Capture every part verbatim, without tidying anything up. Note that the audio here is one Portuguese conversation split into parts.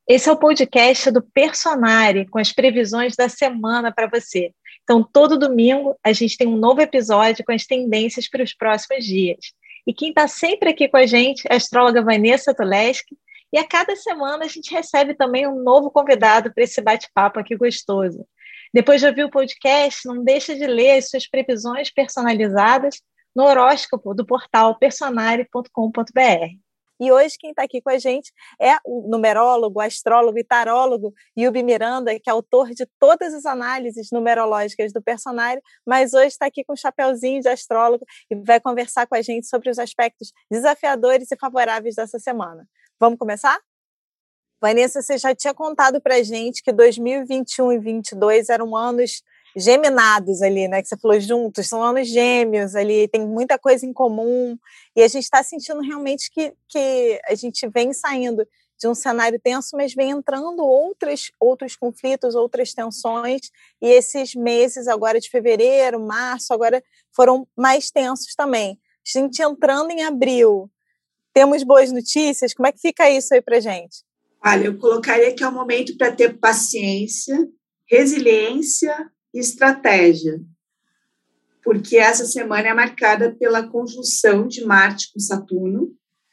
Esse é o podcast do Personare, com as previsões da semana para você. Então, todo domingo, a gente tem um novo episódio com as tendências para os próximos dias. E quem está sempre aqui com a gente é a astróloga Vanessa Tuleski. E a cada semana a gente recebe também um novo convidado para esse bate-papo aqui gostoso. Depois de ouvir o podcast, não deixa de ler as suas previsões personalizadas no horóscopo do portal personare ponto com ponto b r. E hoje quem está aqui com a gente é o numerólogo, astrólogo e tarólogo Yubi Miranda, que é autor de todas as análises numerológicas do Personare, mas hoje está aqui com um chapeuzinho de astrólogo e vai conversar com a gente sobre os aspectos desafiadores e favoráveis dessa semana. Vamos começar? Vanessa, você já tinha contado para a gente que dois mil e vinte e um e vinte e dois eram anos geminados ali, né, que você falou juntos, são anos gêmeos ali, tem muita coisa em comum, e a gente está sentindo realmente que, que a gente vem saindo de um cenário tenso, mas vem entrando outros, outros conflitos, outras tensões, e esses meses agora de fevereiro, março, agora foram mais tensos também. A gente entrando em abril, temos boas notícias? Como é que fica isso aí pra gente? Olha, eu colocaria que é um momento para ter paciência, resiliência e estratégia, porque essa semana é marcada pela conjunção de Marte com Saturno,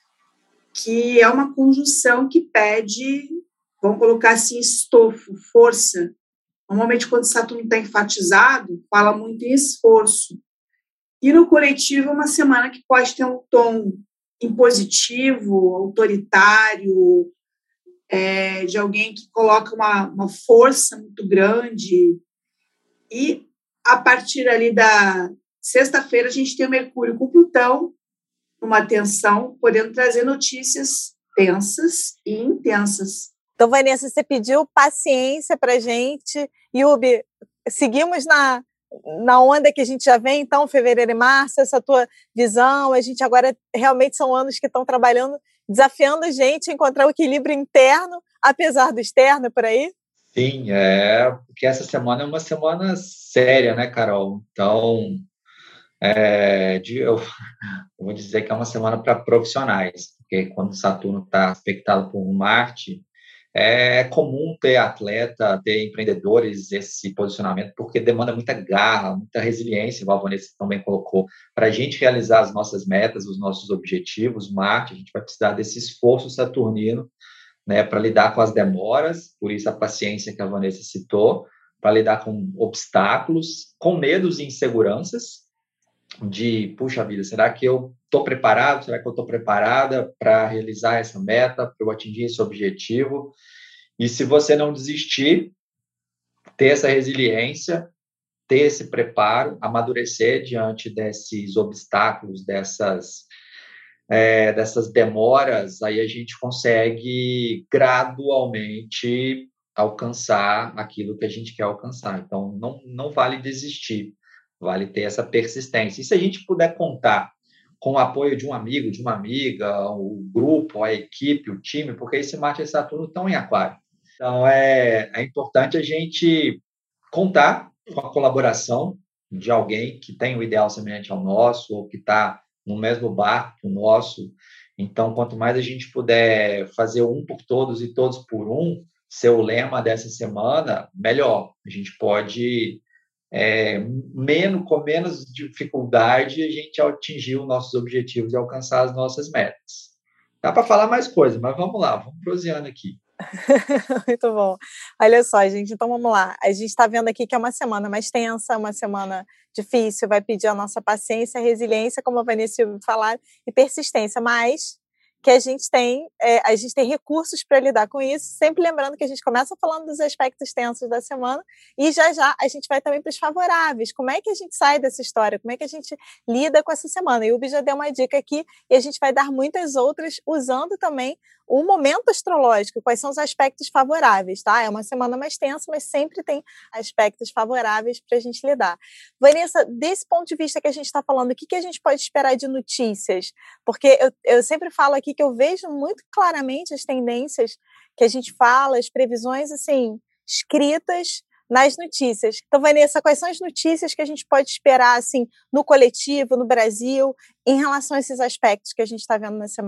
que é uma conjunção que pede, vamos colocar assim, estofo, força. Normalmente, quando Saturno está enfatizado, fala muito em esforço. E no coletivo, é uma semana que pode ter um tom impositivo, autoritário, é, de alguém que coloca uma, uma força muito grande. E, a partir ali da sexta-feira, a gente tem o Mercúrio com Plutão, uma tensão, podendo trazer notícias tensas e intensas. Então, Vanessa, você pediu paciência para a gente. Yubi, seguimos na, na onda que a gente já vem, então, fevereiro e março, essa tua visão. A gente agora, realmente, são anos que estão trabalhando, desafiando a gente a encontrar o equilíbrio interno, apesar do externo, por aí? Sim, é, porque essa semana é uma semana séria, né, Carol? Então, é, de, eu, eu vou dizer que é uma semana para profissionais, porque quando Saturno está aspectado por Marte, é comum ter atleta, ter empreendedores esse posicionamento, porque demanda muita garra, muita resiliência, igual a Vanessa também colocou, para a gente realizar as nossas metas, os nossos objetivos. Marte, a gente vai precisar desse esforço saturnino, né, para lidar com as demoras, por isso a paciência que a Vanessa citou, para lidar com obstáculos, com medos e inseguranças, de, puxa vida, será que eu estou preparado? Será que eu estou preparada para realizar essa meta, para eu atingir esse objetivo? E se você não desistir, ter essa resiliência, ter esse preparo, amadurecer diante desses obstáculos, dessas É, dessas demoras, aí a gente consegue gradualmente alcançar aquilo que a gente quer alcançar. Então, não, não vale desistir, vale ter essa persistência. E se a gente puder contar com o apoio de um amigo, de uma amiga, o grupo, a equipe, o time, porque esse Marte e Saturno estão em Aquário. Então, é, é importante a gente contar com a colaboração de alguém que tem o ideal semelhante ao nosso, ou que está no mesmo barco que o nosso. Então, quanto mais a gente puder fazer um por todos e todos por um, ser o lema dessa semana, melhor. A gente pode, é, menos, com menos dificuldade, a gente atingir os nossos objetivos e alcançar as nossas metas. Dá para falar mais coisas, mas vamos lá, vamos proseando aqui. Muito bom. Olha só, gente, então vamos lá. A gente está vendo aqui que é uma semana mais tensa, uma semana difícil, vai pedir a nossa paciência, resiliência, como a Vanessa falar, e persistência, mas que a gente tem, é, a gente tem recursos para lidar com isso, sempre lembrando que a gente começa falando dos aspectos tensos da semana e já já a gente vai também para os favoráveis. Como é que a gente sai dessa história? Como é que a gente lida com essa semana? E o Ubi já deu uma dica aqui e a gente vai dar muitas outras usando também o momento astrológico, quais são os aspectos favoráveis, tá? É uma semana mais tensa, mas sempre tem aspectos favoráveis para a gente lidar. Vanessa, desse ponto de vista que a gente está falando, o que, que a gente pode esperar de notícias? Porque eu, eu sempre falo aqui que eu vejo muito claramente as tendências que a gente fala, as previsões, assim, escritas nas notícias. Então, Vanessa, quais são as notícias que a gente pode esperar, assim, no coletivo, no Brasil, em relação a esses aspectos que a gente está vendo na semana?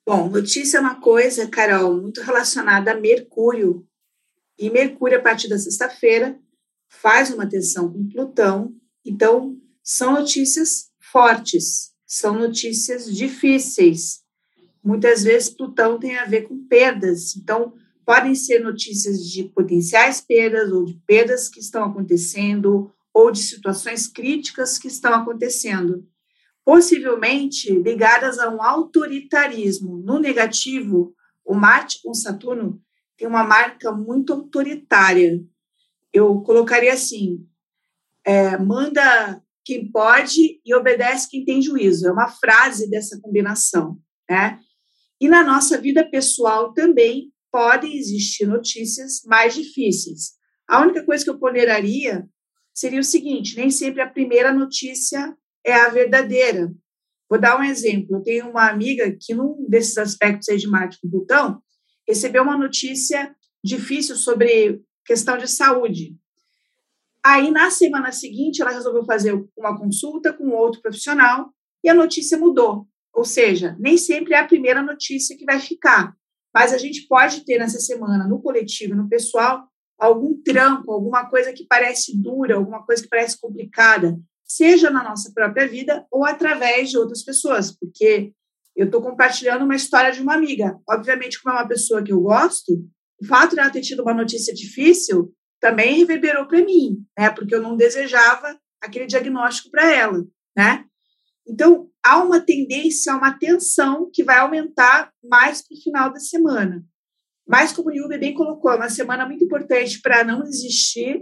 Bom, notícia é uma coisa, Carol, muito relacionada a Mercúrio. E Mercúrio, a partir da sexta-feira, faz uma tensão com Plutão. Então, são notícias fortes, são notícias difíceis. Muitas vezes, Plutão tem a ver com perdas. Então, podem ser notícias de potenciais perdas ou de perdas que estão acontecendo ou de situações críticas que estão acontecendo, possivelmente ligadas a um autoritarismo. No negativo, o Marte com Saturno tem uma marca muito autoritária. Eu colocaria assim, é, manda quem pode e obedece quem tem juízo. É uma frase dessa combinação, né? E na nossa vida pessoal também podem existir notícias mais difíceis. A única coisa que eu ponderaria seria o seguinte, nem sempre a primeira notícia é a verdadeira. Vou dar um exemplo. Eu tenho uma amiga que, num desses aspectos aí de Marte com Plutão, recebeu uma notícia difícil sobre questão de saúde. Aí, na semana seguinte, ela resolveu fazer uma consulta com outro profissional e a notícia mudou. Ou seja, nem sempre é a primeira notícia que vai ficar. Mas a gente pode ter nessa semana, no coletivo e no pessoal, algum tranco, alguma coisa que parece dura, alguma coisa que parece complicada, seja na nossa própria vida ou através de outras pessoas, porque eu estou compartilhando uma história de uma amiga. Obviamente, como é uma pessoa que eu gosto, o fato de ela ter tido uma notícia difícil também reverberou para mim, né? Porque eu não desejava aquele diagnóstico para ela, né? Então, há uma tendência, uma tensão que vai aumentar mais para o final da semana. Mas, como o Yubi bem colocou, é uma semana muito importante para não desistir,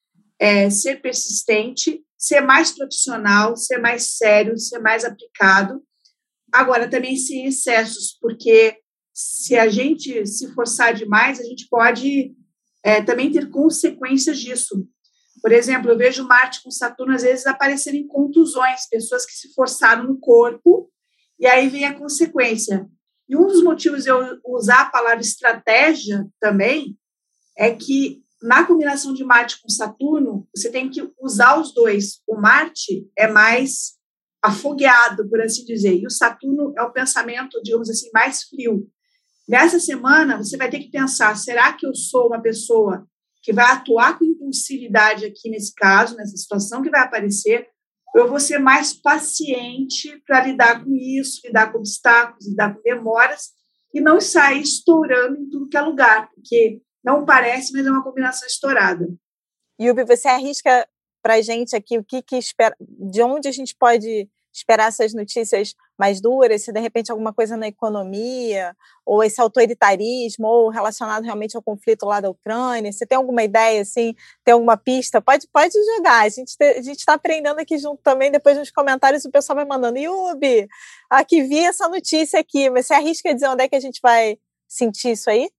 é, ser persistente, ser mais profissional, ser mais sério, ser mais aplicado. Agora, também sem excessos, porque se a gente se forçar demais, a gente pode é, também ter consequências disso. Por exemplo, eu vejo Marte com Saturno, às vezes, aparecerem contusões, pessoas que se forçaram no corpo, e aí vem a consequência. E um dos motivos de eu usar a palavra estratégia também é que, na combinação de Marte com Saturno, você tem que usar os dois. O Marte é mais afogueado, por assim dizer, e o Saturno é o pensamento, digamos assim, mais frio. Nessa semana, você vai ter que pensar, será que eu sou uma pessoa que vai atuar com impulsividade aqui nesse caso, nessa situação que vai aparecer, ou eu vou ser mais paciente para lidar com isso, lidar com obstáculos, lidar com demoras, e não sair estourando em tudo que é lugar, porque não parece, mas é uma combinação estourada. Yubi, você arrisca para a gente aqui o que, que espera, de onde a gente pode esperar essas notícias mais duras, se de repente alguma coisa na economia, ou esse autoritarismo, ou relacionado realmente ao conflito lá da Ucrânia? Você tem alguma ideia, assim, tem alguma pista? Pode, pode jogar, a gente te, a gente está aprendendo aqui junto também, depois nos comentários o pessoal vai mandando, Yubi, aqui vi essa notícia aqui, mas você arrisca dizer onde é que a gente vai sentir isso aí?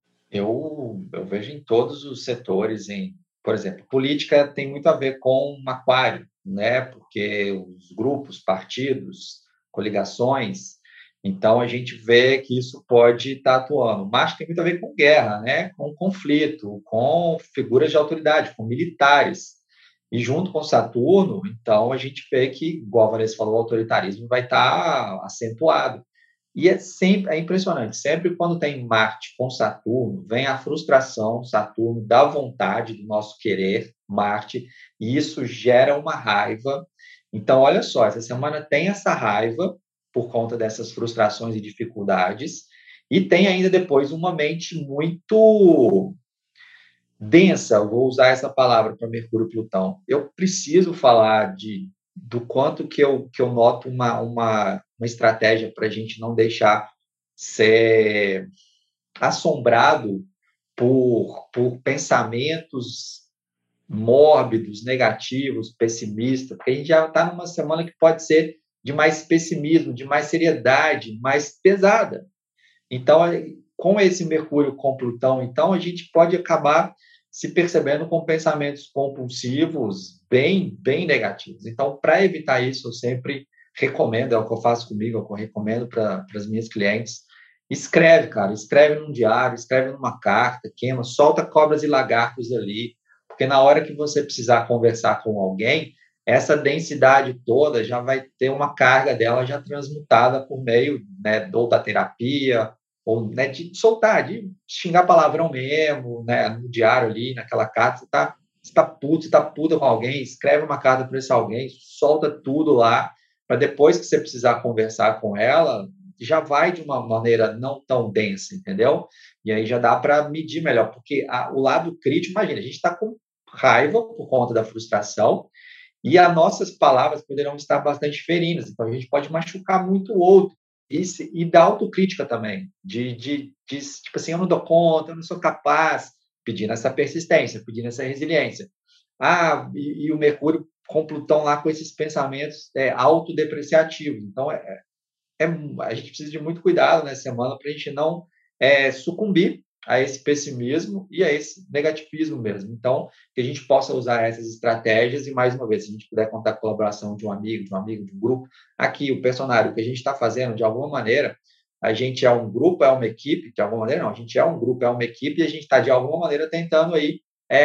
Eu, eu vejo em todos os setores, em, por exemplo, política tem muito a ver com aquário, né? Porque os grupos, partidos, coligações, então a gente vê que isso pode estar atuando. Mas tem muito a ver com guerra, né? Com conflito, com figuras de autoridade, com militares. E junto com Saturno, então a gente vê que, igual a Vanessa falou, o autoritarismo vai estar acentuado. E é sempre, é impressionante, sempre quando tem Marte com Saturno, vem a frustração, Saturno dá vontade do nosso querer, Marte, e isso gera uma raiva. Então, olha só, essa semana tem essa raiva por conta dessas frustrações e dificuldades, e tem ainda depois uma mente muito densa, eu vou usar essa palavra para Mercúrio e Plutão. Eu preciso falar de, do quanto que eu, que eu noto uma, uma, uma estratégia para a gente não deixar ser assombrado por, por pensamentos mórbidos, negativos, pessimistas, porque a gente já está numa semana que pode ser de mais pessimismo, de mais seriedade, mais pesada. Então, com esse Mercúrio com Plutão, então, a gente pode acabar se percebendo com pensamentos compulsivos bem, bem negativos. Então, para evitar isso, eu sempre recomendo, é o que eu faço comigo, é o que eu recomendo para as minhas clientes, escreve, cara, escreve num diário, escreve numa carta, queima, solta cobras e lagartos ali, porque na hora que você precisar conversar com alguém, essa densidade toda já vai ter uma carga dela já transmutada por meio, né, ou da terapia, ou, né, de soltar, de xingar palavrão mesmo, né, no diário ali, naquela carta, você está você tá puto, você está puta com alguém, escreve uma carta para esse alguém, solta tudo lá, para depois que você precisar conversar com ela, já vai de uma maneira não tão densa, entendeu? E aí já dá para medir melhor, porque a, o lado crítico, imagina, a gente está com raiva por conta da frustração, e as nossas palavras poderão estar bastante feridas, então a gente pode machucar muito o outro. E, se, e da autocrítica também, de, de, de, tipo assim, eu não dou conta, eu não sou capaz, pedindo essa persistência, pedindo essa resiliência. Ah, e, e o Mercúrio com Plutão lá com esses pensamentos é, autodepreciativos. Então, é, é, a gente precisa de muito cuidado nessa semana para a gente não é, sucumbir a esse pessimismo e a esse negativismo mesmo. Então, que a gente possa usar essas estratégias e, mais uma vez, se a gente puder contar com a colaboração de um amigo, de um amigo, de um grupo, aqui, o personagem, o que a gente está fazendo, de alguma maneira, a gente é um grupo, é uma equipe, de alguma maneira não, a gente é um grupo, é uma equipe e a gente está, de alguma maneira, tentando aí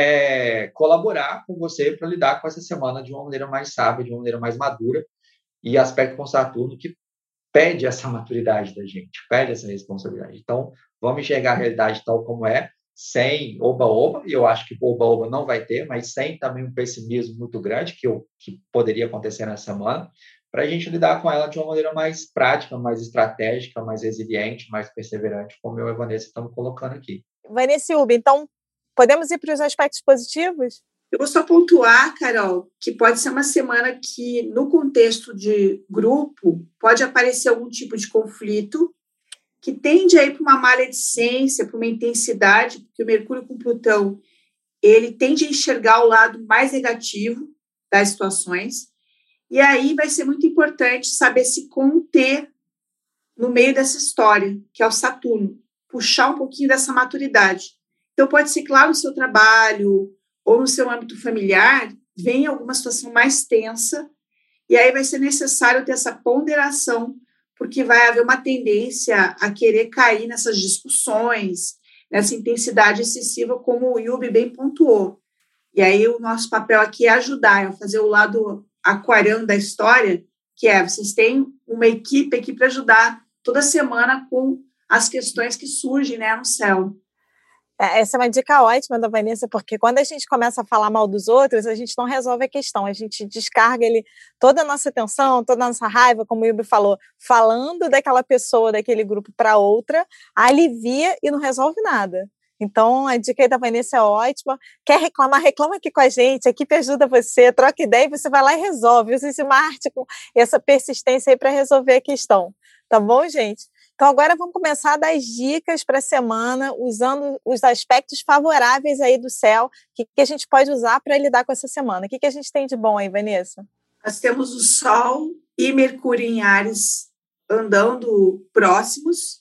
é, colaborar com você para lidar com essa semana de uma maneira mais sábia, de uma maneira mais madura e aspecto com Saturno que pede essa maturidade da gente, pede essa responsabilidade. Então, vamos enxergar a realidade tal como é, sem oba-oba, e eu acho que oba-oba não vai ter, mas sem também um pessimismo muito grande, que, eu, que poderia acontecer nessa semana, para a gente lidar com ela de uma maneira mais prática, mais estratégica, mais resiliente, mais perseverante, como eu e a Vanessa estamos colocando aqui. Vanessa e Ubi, então, podemos ir para os aspectos positivos? Eu vou só pontuar, Carol, que pode ser uma semana que, no contexto de grupo, pode aparecer algum tipo de conflito que tende a ir para uma maledicência, para uma intensidade, porque o Mercúrio com Plutão, ele tende a enxergar o lado mais negativo das situações, e aí vai ser muito importante saber se conter no meio dessa história, que é o Saturno, puxar um pouquinho dessa maturidade. Então, pode ser que lá no seu trabalho ou no seu âmbito familiar, venha alguma situação mais tensa, e aí vai ser necessário ter essa ponderação, porque vai haver uma tendência a querer cair nessas discussões, nessa intensidade excessiva, como o Yubi bem pontuou. E aí o nosso papel aqui é ajudar, é fazer o lado aquariano da história, que é, vocês têm uma equipe aqui para ajudar toda semana com as questões que surgem, né, no céu. Essa é uma dica ótima da Vanessa, porque quando a gente começa a falar mal dos outros, a gente não resolve a questão, a gente descarga ele, toda a nossa atenção, toda a nossa raiva, como o Yubi falou, falando daquela pessoa, daquele grupo para outra, alivia e não resolve nada. Então, a dica aí da Vanessa é ótima. Quer reclamar? Reclama aqui com a gente, a equipe ajuda você, troca ideia e você vai lá e resolve. Use esse Marte com essa persistência aí para resolver a questão. Tá bom, gente? Então, agora vamos começar a dar dicas para a semana, usando os aspectos favoráveis aí do céu, que, que a gente pode usar para lidar com essa semana. O que, que a gente tem de bom aí, Vanessa? Nós temos o Sol e Mercúrio em Áries andando próximos,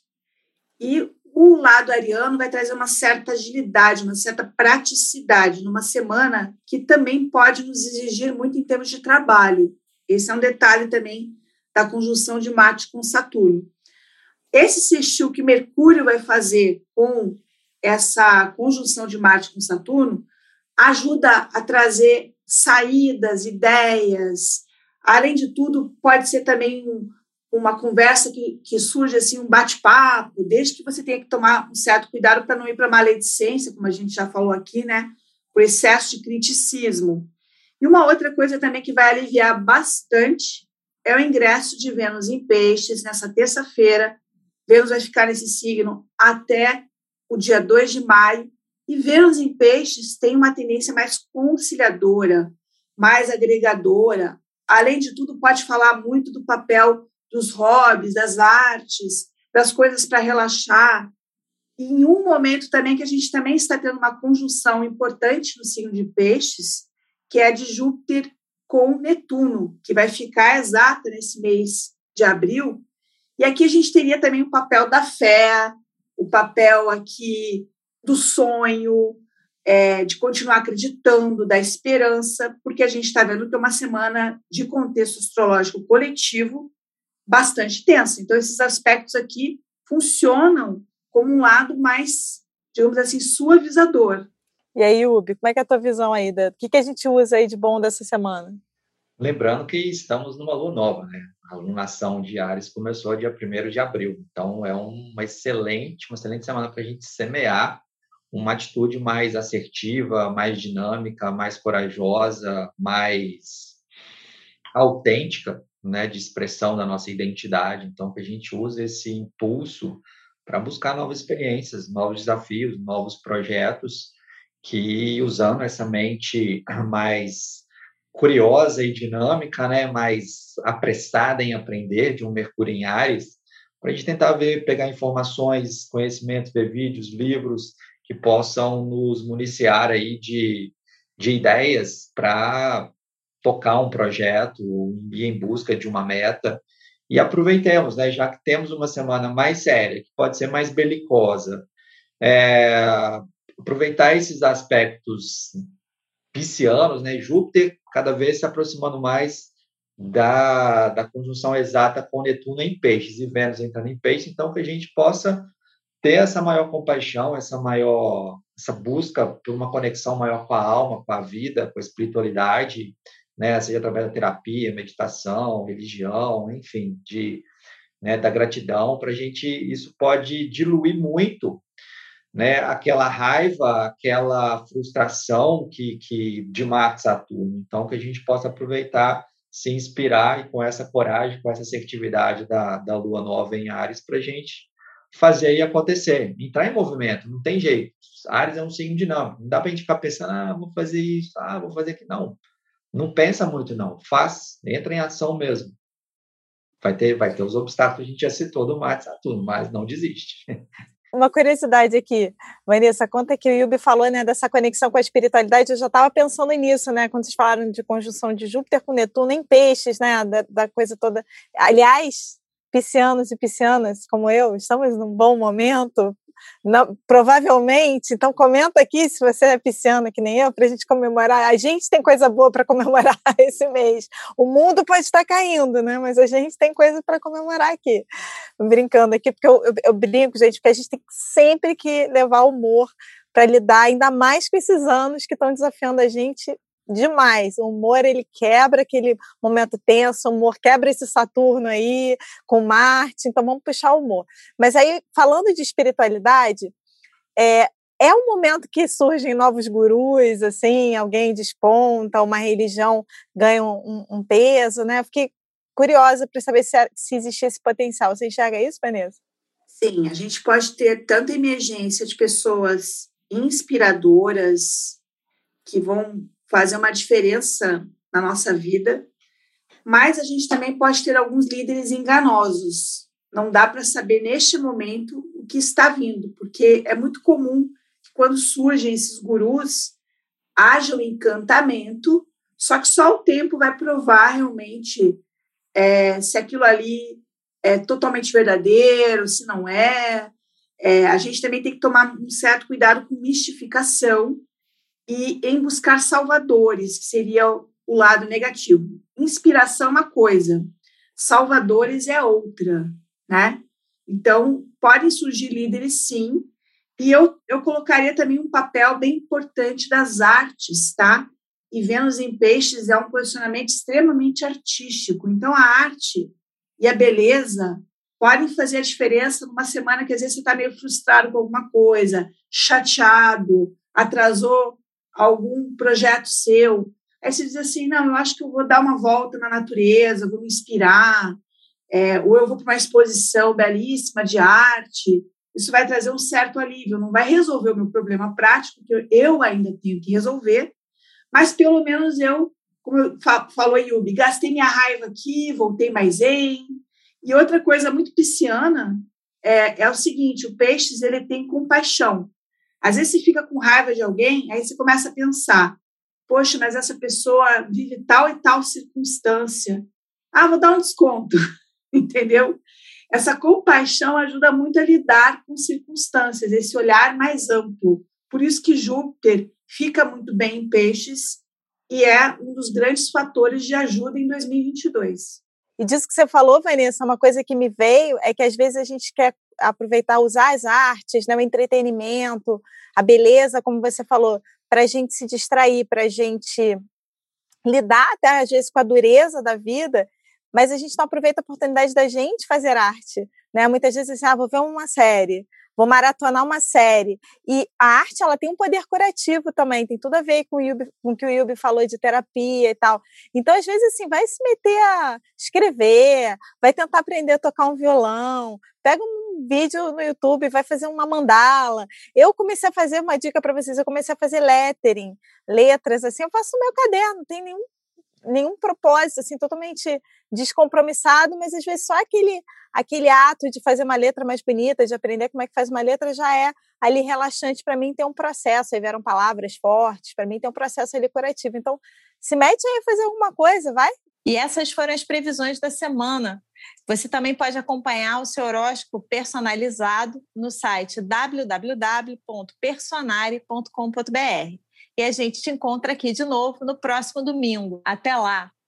e o lado ariano vai trazer uma certa agilidade, uma certa praticidade, numa semana que também pode nos exigir muito em termos de trabalho. Esse é um detalhe também da conjunção de Marte com Saturno. Esse sextil que Mercúrio vai fazer com essa conjunção de Marte com Saturno ajuda a trazer saídas, ideias. Além de tudo, pode ser também um, uma conversa que, que surge assim, um bate-papo, desde que você tenha que tomar um certo cuidado para não ir para a maledicência, como a gente já falou aqui, né? Por excesso de criticismo. E uma outra coisa também que vai aliviar bastante é o ingresso de Vênus em Peixes nessa terça-feira. Vênus vai ficar nesse signo até o dia dois de maio, e Vênus em Peixes tem uma tendência mais conciliadora, mais agregadora. Além de tudo, pode falar muito do papel dos hobbies, das artes, das coisas para relaxar. E em um momento também que a gente também está tendo uma conjunção importante no signo de Peixes, que é de Júpiter com Netuno, que vai ficar exata nesse mês de abril. E aqui a gente teria também o papel da fé, o papel aqui do sonho, é, de continuar acreditando, da esperança, porque a gente está vendo que é uma semana de contexto astrológico coletivo bastante tensa. Então, esses aspectos aqui funcionam como um lado mais, digamos assim, suavizador. E aí, Ubi, como é que é a tua visão aí? O que, que a gente usa aí de bom dessa semana? Lembrando que estamos numa lua nova, né? A lunação de Áries começou dia primeiro de abril, então é uma excelente, uma excelente semana para a gente semear uma atitude mais assertiva, mais dinâmica, mais corajosa, mais autêntica, né, de expressão da nossa identidade. Então, que a gente use esse impulso para buscar novas experiências, novos desafios, novos projetos, que usando essa mente mais curiosa e dinâmica, né, mais apressada em aprender, de um Mercúrio em Áries, para a gente tentar ver, pegar informações, conhecimentos, ver vídeos, livros que possam nos municiar aí de, de ideias para tocar um projeto, ir em busca de uma meta, e aproveitemos, né, já que temos uma semana mais séria, que pode ser mais belicosa, é, aproveitar esses aspectos piscianos, né, Júpiter cada vez se aproximando mais da, da conjunção exata com Netuno em peixes, e Vênus entrando em peixes, então que a gente possa ter essa maior compaixão, essa maior, essa busca por uma conexão maior com a alma, com a vida, com a espiritualidade, né, seja através da terapia, meditação, religião, enfim, de, né, da gratidão, para a gente, isso pode diluir muito, né, aquela raiva, aquela frustração que, que de Marte e Saturno. Então, que a gente possa aproveitar, se inspirar e com essa coragem, com essa assertividade da, da Lua Nova em Áries, para a gente fazer aí acontecer, entrar em movimento, não tem jeito. Áries é um signo dinâmico, não dá para a gente ficar pensando, ah, vou fazer isso, ah, vou fazer aquilo. Não, não pensa muito, não. Faz, entra em ação mesmo. Vai ter, vai ter os obstáculos que a gente já citou do Marte e Saturno, mas não desiste. Uma curiosidade aqui, Vanessa, conta que o Yubi falou, né, dessa conexão com a espiritualidade, eu já estava pensando nisso, né, quando vocês falaram de conjunção de Júpiter com Netuno em peixes, né, da, da coisa toda. Aliás, piscianos e piscianas como eu, estamos num bom momento, não, provavelmente, então comenta aqui se você é pisciana que nem eu, para a gente comemorar. A gente tem coisa boa para comemorar esse mês. O mundo pode estar caindo, né? Mas a gente tem coisa para comemorar aqui. Brincando aqui, porque eu, eu, eu brinco, gente, porque a gente tem sempre que levar humor para lidar ainda mais com esses anos que estão desafiando a gente demais. O humor, ele quebra aquele momento tenso, o humor quebra esse Saturno aí com Marte, então vamos puxar o humor. Mas aí, falando de espiritualidade, é, é um momento que surgem novos gurus, assim, alguém desponta, uma religião ganha um, um peso, né? Fiquei curiosa para saber se, se existia esse potencial. Você enxerga isso, Vanessa? Sim, a gente pode ter tanta emergência de pessoas inspiradoras que vão fazer uma diferença na nossa vida, mas a gente também pode ter alguns líderes enganosos. Não dá para saber neste momento o que está vindo, porque é muito comum que quando surgem esses gurus, haja um encantamento, só que só o tempo vai provar realmente é, se aquilo ali é totalmente verdadeiro, se não é. É, a gente também tem que tomar um certo cuidado com mistificação e em buscar salvadores, que seria o lado negativo. Inspiração é uma coisa, salvadores é outra, né? Então, podem surgir líderes, sim, e eu, eu colocaria também um papel bem importante das artes, tá? E Vênus em Peixes é um posicionamento extremamente artístico, então a arte e a beleza podem fazer a diferença numa semana que às vezes você está meio frustrado com alguma coisa, chateado, atrasou algum projeto seu. Aí você diz assim, não, eu acho que eu vou dar uma volta na natureza, vou me inspirar, é, ou eu vou para uma exposição belíssima de arte. Isso vai trazer um certo alívio, não vai resolver o meu problema prático, que eu ainda tenho que resolver, mas pelo menos eu, como eu falou Yubi, gastei minha raiva aqui, voltei mais zen. E outra coisa muito pisciana é, é o seguinte, o Peixes ele tem compaixão. Às vezes você fica com raiva de alguém, aí você começa a pensar, poxa, mas essa pessoa vive tal e tal circunstância. Ah, vou dar um desconto, entendeu? Essa compaixão ajuda muito a lidar com circunstâncias, esse olhar mais amplo. Por isso que Júpiter fica muito bem em Peixes e é um dos grandes fatores de ajuda em dois mil e vinte e dois. E disso que você falou, Vanessa, uma coisa que me veio é que às vezes a gente quer aproveitar, usar as artes, né, o entretenimento, a beleza, como você falou, para a gente se distrair, para a gente lidar até às vezes com a dureza da vida, mas a gente não aproveita a oportunidade da gente fazer arte, né? Muitas vezes assim, ah, vou ver uma série, vou maratonar uma série. E a arte, ela tem um poder curativo também, tem tudo a ver com o, Yubi, com o que o Yubi falou de terapia e tal. Então, às vezes, assim, vai se meter a escrever, vai tentar aprender a tocar um violão, pega um vídeo no YouTube, vai fazer uma mandala. Eu comecei a fazer, uma dica para vocês, eu comecei a fazer lettering, letras, assim, eu faço no meu caderno, não tem nenhum nenhum propósito, assim, totalmente descompromissado, mas às vezes só aquele, aquele ato de fazer uma letra mais bonita, de aprender como é que faz uma letra, já é ali relaxante para mim ter um processo, aí vieram palavras fortes, para mim tem um processo ali curativo. Então, se mete aí a fazer alguma coisa, vai. E essas foram as previsões da semana. Você também pode acompanhar o seu horóscopo personalizado no site w w w ponto personare ponto com ponto b r. E a gente te encontra aqui de novo no próximo domingo. Até lá!